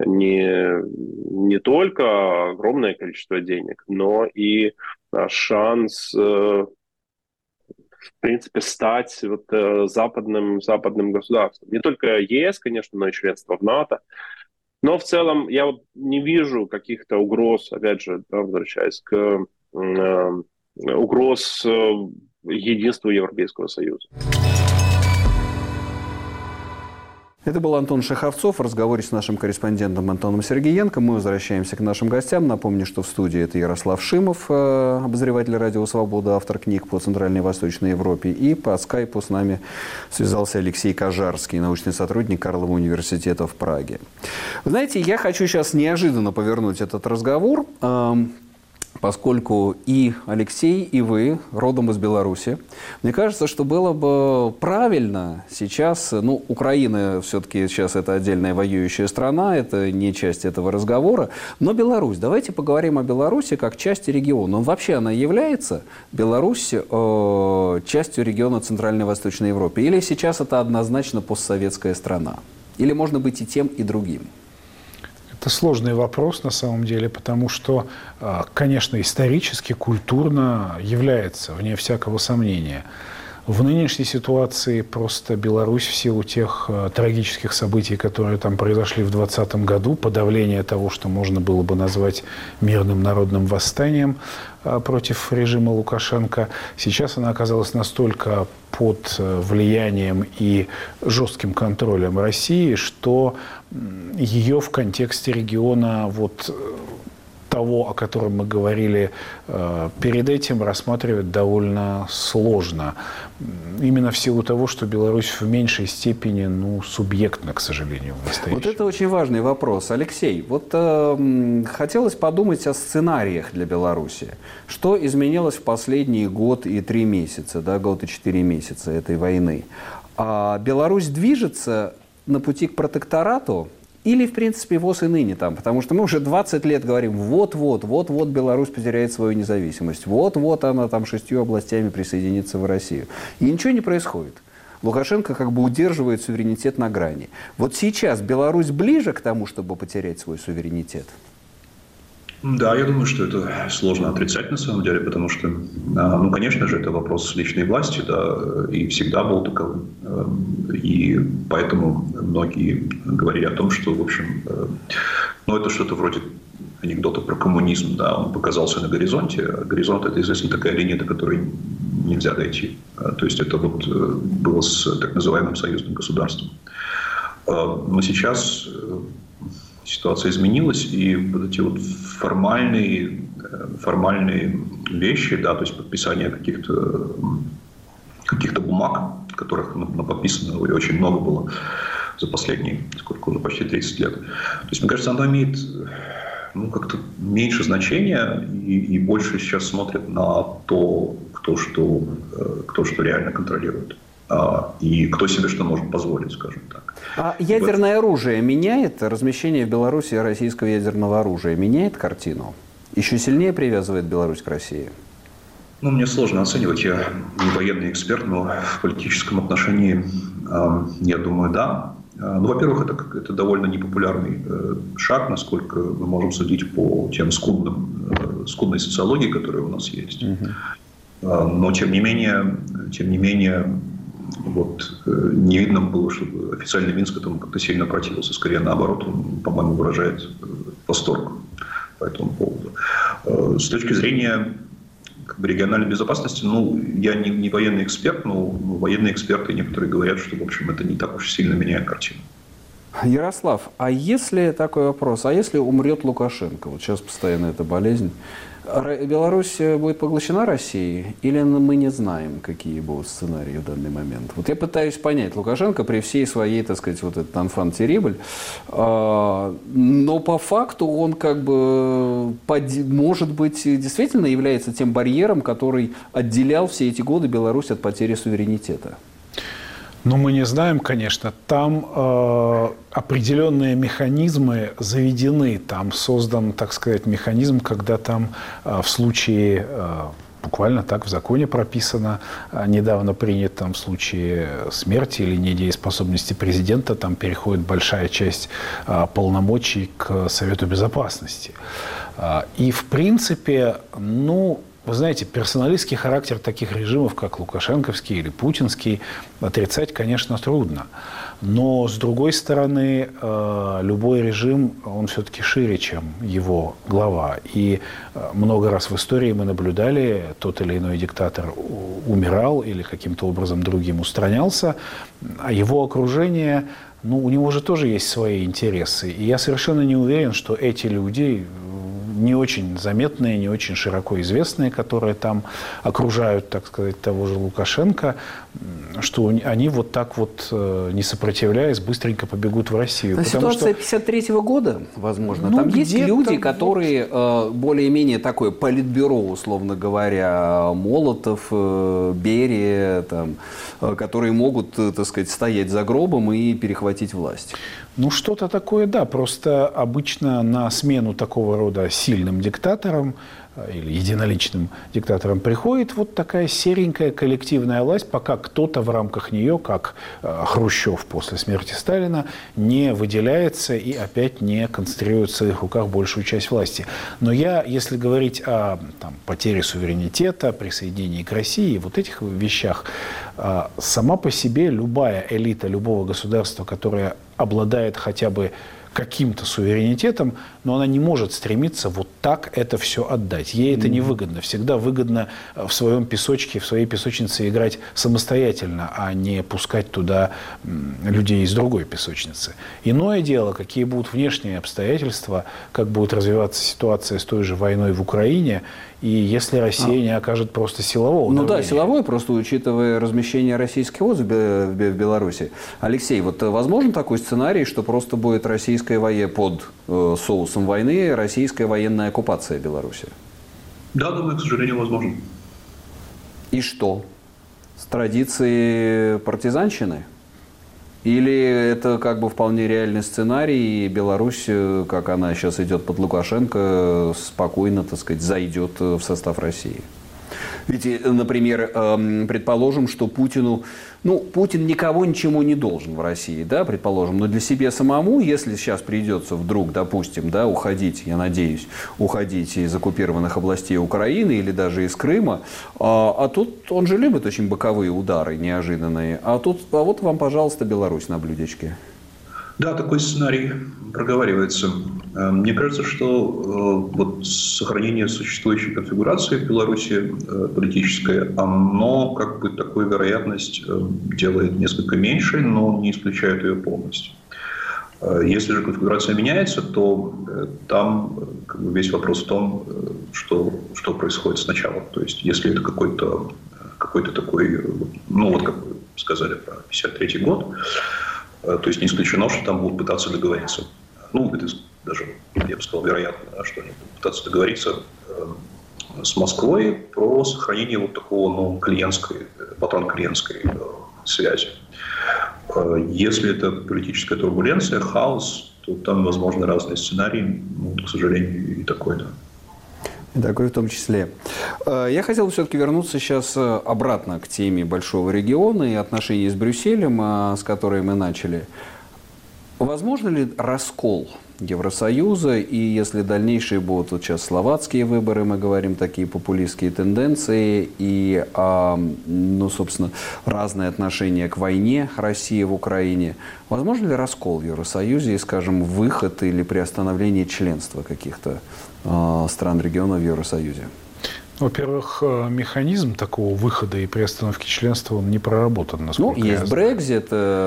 не только огромное количество денег, но и шанс, в принципе, стать вот западным государством. Не только ЕС, конечно, но и членство в НАТО. Но в целом я вот не вижу каких-то угроз, опять же, возвращаясь к угроз единству Европейского Союза. Это был Антон Шеховцов в разговоре с нашим корреспондентом Антоном Сергеенко. Мы возвращаемся к нашим гостям. Напомню, что в студии это Ярослав Шимов, обозреватель «Радио Свобода», автор книг по Центральной и Восточной Европе. И по скайпу с нами связался Алексей Кожарский, научный сотрудник Карлова университета в Праге. Вы знаете, я хочу сейчас неожиданно повернуть этот разговор, поскольку и Алексей, и вы родом из Беларуси. Мне кажется, что было бы правильно сейчас, Украина все-таки сейчас это отдельная воюющая страна, это не часть этого разговора, но Беларусь. Давайте поговорим о Беларуси как части региона. Вообще она является, Беларусь, частью региона Центральной и Восточной Европы? Или сейчас это однозначно постсоветская страна? Или можно быть и тем, и другим? Это сложный вопрос на самом деле, потому что, конечно, исторически, культурно является, вне всякого сомнения. В нынешней ситуации просто Беларусь в силу тех трагических событий, которые там произошли в 2020 году, подавление того, что можно было бы назвать мирным народным восстанием против режима Лукашенко, сейчас она оказалась настолько под влиянием и жестким контролем России, что ее в контексте региона того, о котором мы говорили перед этим, рассматривать довольно сложно. Именно в силу того, что Беларусь в меньшей степени, субъектна, к сожалению, в настоящем. Вот это очень важный вопрос. Алексей, хотелось подумать о сценариях для Беларуси. Что изменилось в последние год и 3 месяца, год и 4 месяца этой войны? Беларусь движется на пути к протекторату? Или, в принципе, ВОС и ныне там? Потому что мы уже 20 лет говорим, вот-вот Беларусь потеряет свою независимость, вот-вот она там 6 областями присоединится в Россию. И ничего не происходит. Лукашенко как бы удерживает суверенитет на грани. Вот сейчас Беларусь ближе к тому, чтобы потерять свой суверенитет? Да, я думаю, что это сложно отрицать на самом деле, потому что, конечно же, это вопрос личной власти, да, и всегда был таковым. И поэтому многие говорили о том, что, в общем, это что-то вроде анекдота про коммунизм, да, он показался на горизонте, а горизонт – это известная такая линия, до которой нельзя дойти. То есть это было с так называемым союзным государством. Но сейчас ситуация изменилась, и вот эти формальные вещи, да, то есть подписание каких-то бумаг, которых подписано очень много было за последние, уже почти 30 лет. То есть, мне кажется, оно имеет как-то меньше значения и больше сейчас смотрят на то, кто что реально контролирует. И кто себе что может позволить, скажем так. А ядерное оружие меняет, размещение в Беларуси российского ядерного оружия меняет картину? Еще сильнее привязывает Беларусь к России? Ну, мне сложно оценивать, я не военный эксперт, но в политическом отношении, я думаю, да. Ну, во-первых, это довольно непопулярный шаг, насколько мы можем судить по тем скудной социологии, которая у нас есть. Но, тем не менее, вот, не видно было, чтобы официальный Минск этому как-то сильно противился. Скорее, наоборот, он, по-моему, выражает восторг по этому поводу. С точки зрения региональной безопасности, я не военный эксперт, но военные эксперты некоторые говорят, что, в общем, это не так уж сильно меняет картину. Ярослав, а если такой вопрос, а если умрет Лукашенко, вот сейчас постоянно эта болезнь, Беларусь будет поглощена Россией или мы не знаем, какие будут сценарии в данный момент? Вот я пытаюсь понять, Лукашенко при всей своей, так сказать, вот этот enfant terrible, но по факту он как бы, может быть, действительно является тем барьером, который отделял все эти годы Беларусь от потери суверенитета. Ну, мы не знаем, конечно. Там определенные механизмы заведены. Там создан, так сказать, механизм, когда там в случае, буквально так в законе прописано, недавно принят там в случае смерти или недееспособности президента, там переходит большая часть полномочий к Совету Безопасности. И, в принципе, вы знаете, персоналистский характер таких режимов, как лукашенковский или путинский, отрицать, конечно, трудно. Но, с другой стороны, любой режим, он все-таки шире, чем его глава. И много раз в истории мы наблюдали, тот или иной диктатор умирал или каким-то образом другим устранялся, а его окружение, у него же тоже есть свои интересы. И я совершенно не уверен, что эти люди, не очень заметные, не очень широко известные, которые там окружают, так сказать, того же Лукашенко, что они вот так вот, не сопротивляясь, быстренько побегут в Россию. Но ситуация 53-го года, возможно. Там есть люди, которые более-менее такое политбюро, условно говоря, Молотов, Берия, там, которые могут, так сказать, стоять за гробом и перехватить власть. Что-то такое, да. Просто обычно на смену такого рода сильным диктаторам или единоличным диктаторам приходит вот такая серенькая коллективная власть, пока кто-то в рамках нее, как Хрущев после смерти Сталина, не выделяется и опять не концентрирует в своих руках большую часть власти. Но если говорить о потере суверенитета, присоединении к России, вот этих вещах, сама по себе любая элита любого государства, которая обладает хотя бы каким-то суверенитетом, но она не может стремиться вот так это все отдать. Ей это невыгодно. Всегда выгодно в своем песочке, в своей песочнице играть самостоятельно, а не пускать туда людей из другой песочницы. Иное дело, какие будут внешние обстоятельства, как будет развиваться ситуация с той же войной в Украине, и если Россия не окажет просто силового давления. Силовое, просто учитывая размещение российских войск в Беларуси. Алексей, вот возможен такой сценарий, что просто будет российская военная под соусом войны, российская военная оккупация Беларуси? Да, думаю, к сожалению, возможно. И что? С традицией партизанщины? Или это как бы вполне реальный сценарий, и Беларусь, как она сейчас идет под Лукашенко, спокойно, так сказать, зайдет в состав России? Ведь, например, предположим, что Путин никого ничему не должен в России, да, предположим, но для себя самому, если сейчас придется вдруг, допустим, да, уходить, я надеюсь, уходить из оккупированных областей Украины или даже из Крыма, а тут он же любит очень боковые удары неожиданные, а вот вам, пожалуйста, Беларусь на блюдечке. Да, такой сценарий проговаривается. Мне кажется, что вот сохранение существующей конфигурации в Беларуси политической, оно как бы такую вероятность делает несколько меньше, но не исключает ее полностью. Если же конфигурация меняется, то там как бы весь вопрос в том, что происходит сначала. То есть если это какой-то такой, вот как вы сказали про 1953 год, то есть не исключено, что там будут пытаться договориться. Это даже, я бы сказал, вероятно, что они будут пытаться договориться с Москвой про сохранение вот такого патрон-клиентской связи. Если это политическая турбуленция, хаос, то там возможны разные сценарии, к сожалению, и такой, да. И такой в том числе. Я хотел все-таки вернуться сейчас обратно к теме большого региона и отношений с Брюсселем, с которой мы начали. Возможно ли раскол Евросоюза, и если дальнейшие будут вот сейчас словацкие выборы, мы говорим, такие популистские тенденции, и, собственно, разные отношения к войне России в Украине, возможно ли раскол в Евросоюзе и, скажем, выход или приостановление членства каких-то стран региона в Евросоюзе? Во-первых, механизм такого выхода и приостановки членства, он не проработан, насколько я знаю. Есть Брексит,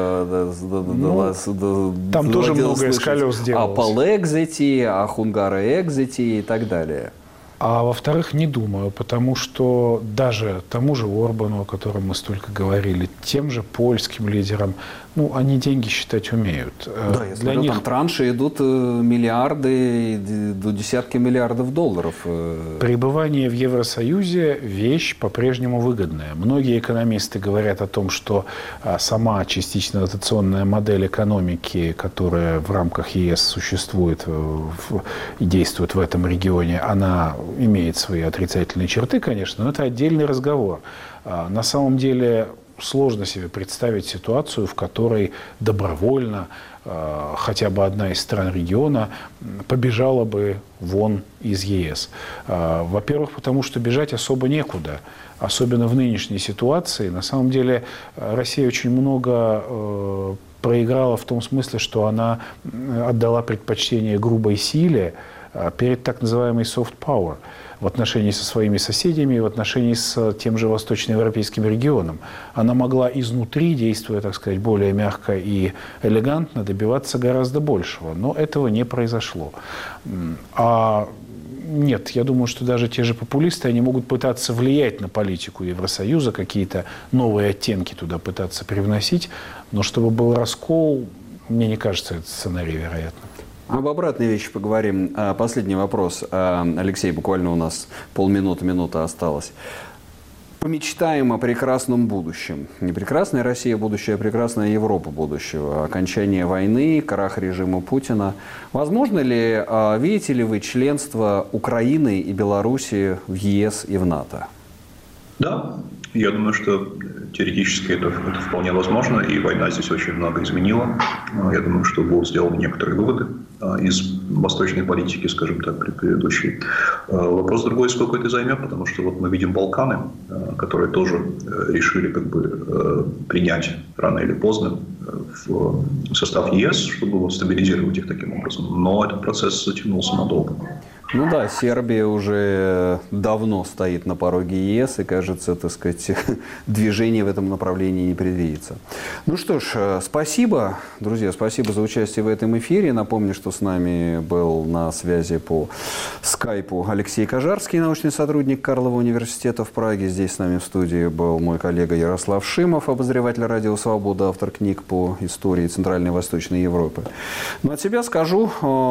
там тоже многое с колес делалось. О полэкзите, о хунгароэкзите и так далее. А во-вторых, не думаю, потому что даже тому же Орбану, о котором мы столько говорили, тем же польским лидерам, они деньги считать умеют. Да, я смотрю, там транши идут миллиарды, до десятки миллиардов долларов. Пребывание в Евросоюзе – вещь по-прежнему выгодная. Многие экономисты говорят о том, что сама частично дотационная модель экономики, которая в рамках ЕС существует и действует в этом регионе, она имеет свои отрицательные черты, конечно, но это отдельный разговор. На самом деле сложно себе представить ситуацию, в которой добровольно хотя бы одна из стран региона побежала бы вон из ЕС. Во-первых, потому что бежать особо некуда. Особенно в нынешней ситуации. На самом деле Россия очень много проиграла в том смысле, что она отдала предпочтение грубой силе перед так называемой soft power в отношении со своими соседями и в отношении с тем же восточноевропейским регионом. Она могла изнутри, действуя, так сказать, более мягко и элегантно, добиваться гораздо большего. Но этого не произошло. Нет, я думаю, что даже те же популисты, они могут пытаться влиять на политику Евросоюза, какие-то новые оттенки туда пытаться привносить, но чтобы был раскол, мне не кажется этот сценарий вероятным. Об обратной вещи поговорим. Последний вопрос. Алексей, буквально у нас минута осталась. Помечтаем о прекрасном будущем. Не прекрасная Россия будущего, а прекрасная Европа будущего. Окончание войны, крах режима Путина. Возможно ли, видите ли вы членство Украины и Белоруссии в ЕС и в НАТО? Да, я думаю, что теоретически это вполне возможно, и война здесь очень много изменила. Я думаю, что будут сделаны некоторые выводы из восточной политики, скажем так, предыдущей. Вопрос другой, сколько это займет, потому что вот мы видим Балканы, которые тоже решили принять рано или поздно в состав ЕС, чтобы стабилизировать их таким образом. Но этот процесс затянулся надолго. Ну да, Сербия уже давно стоит на пороге ЕС, и, кажется, так сказать, движение в этом направлении не предвидится. Ну что ж, спасибо, друзья, спасибо за участие в этом эфире. Напомню, что с нами был на связи по скайпу Алексей Кожарский, научный сотрудник Карлова университета в Праге. Здесь с нами в студии был мой коллега Ярослав Шимов, обозреватель «Радио Свобода», автор книг по истории Центральной и Восточной Европы. Но от себя скажу...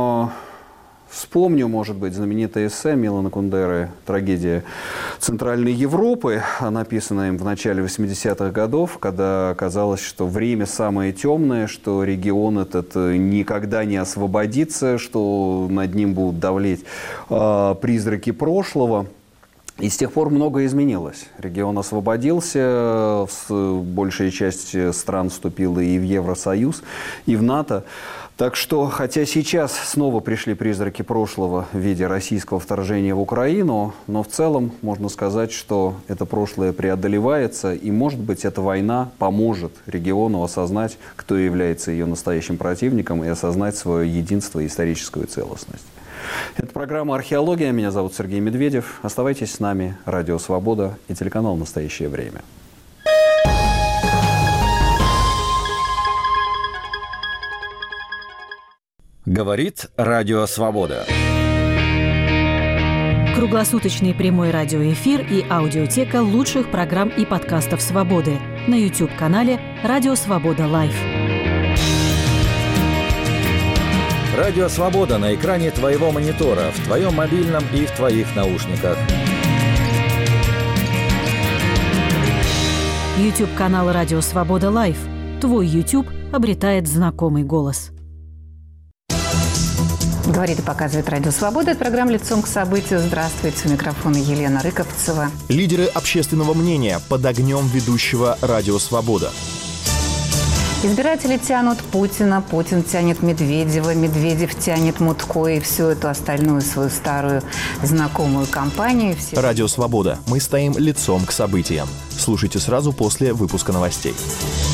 Вспомню, может быть, знаменитое эссе Милана Кундеры «Трагедия Центральной Европы», написанное им в начале 80-х годов, когда казалось, что время самое темное, что регион этот никогда не освободится, что над ним будут давлеть призраки прошлого. И с тех пор многое изменилось. Регион освободился, большая часть стран вступила и в Евросоюз, и в НАТО. Так что, хотя сейчас снова пришли призраки прошлого в виде российского вторжения в Украину, но в целом можно сказать, что это прошлое преодолевается, и, может быть, эта война поможет региону осознать, кто является ее настоящим противником, и осознать свое единство и историческую целостность. Это программа «Археология». Меня зовут Сергей Медведев. Оставайтесь с нами. Радио «Свобода» и телеканал «Настоящее время». Говорит Радио Свобода. Круглосуточный прямой радиоэфир и аудиотека лучших программ и подкастов «Свободы» на YouTube-канале «Радио Свобода Лайв». Радио Свобода на экране твоего монитора, в твоем мобильном и в твоих наушниках. YouTube-канал «Радио Свобода Лайв». Твой YouTube обретает знакомый голос. Говорит и показывает Радио Свобода. Это программа «Лицом к событию». Здравствуйте. У микрофона Елена Рыковцева. Лидеры общественного мнения под огнем ведущего Радио Свобода. Избиратели тянут Путина, Путин тянет Медведева, Медведев тянет Мутко и всю эту остальную свою старую знакомую компанию. Радио Свобода. Мы стоим лицом к событиям. Слушайте сразу после выпуска новостей.